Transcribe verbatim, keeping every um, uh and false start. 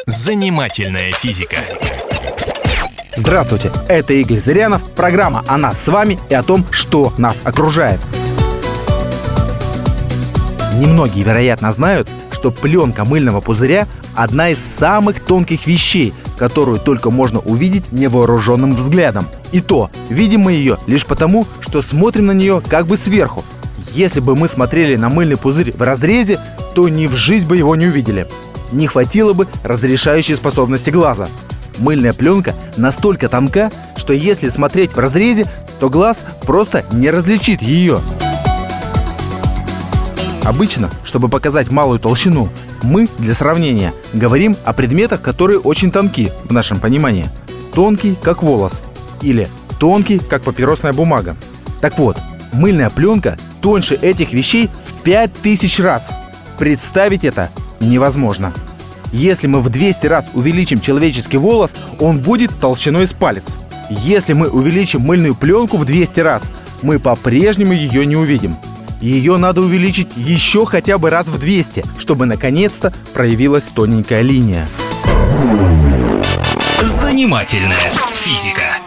Занимательная физика. Здравствуйте, это Игорь Зырянов. Программа о нас с вами и о том, что нас окружает. Немногие, вероятно, знают, что пленка мыльного пузыря – одна из самых тонких вещей, которую только можно увидеть невооруженным взглядом. И то, видим мы ее лишь потому, что смотрим на нее как бы сверху. Если бы мы смотрели на мыльный пузырь в разрезе, то ни в жизнь бы его не увидели. Не хватило бы разрешающей способности глаза. Мыльная пленка настолько тонка, что если смотреть в разрезе, то глаз просто не различит ее. Обычно, чтобы показать малую толщину, мы, для сравнения, говорим о предметах, которые очень тонки в нашем понимании. Тонкий, как волос, или тонкий, как папиросная бумага. Так вот, мыльная пленка тоньше этих вещей в пять тысяч раз. Представить это невозможно. Если мы в двести раз увеличим человеческий волос, он будет толщиной с палец. Если мы увеличим мыльную пленку в двести раз, мы по-прежнему ее не увидим. Ее надо увеличить еще хотя бы раз в двести, чтобы наконец-то проявилась тоненькая линия. Занимательная физика.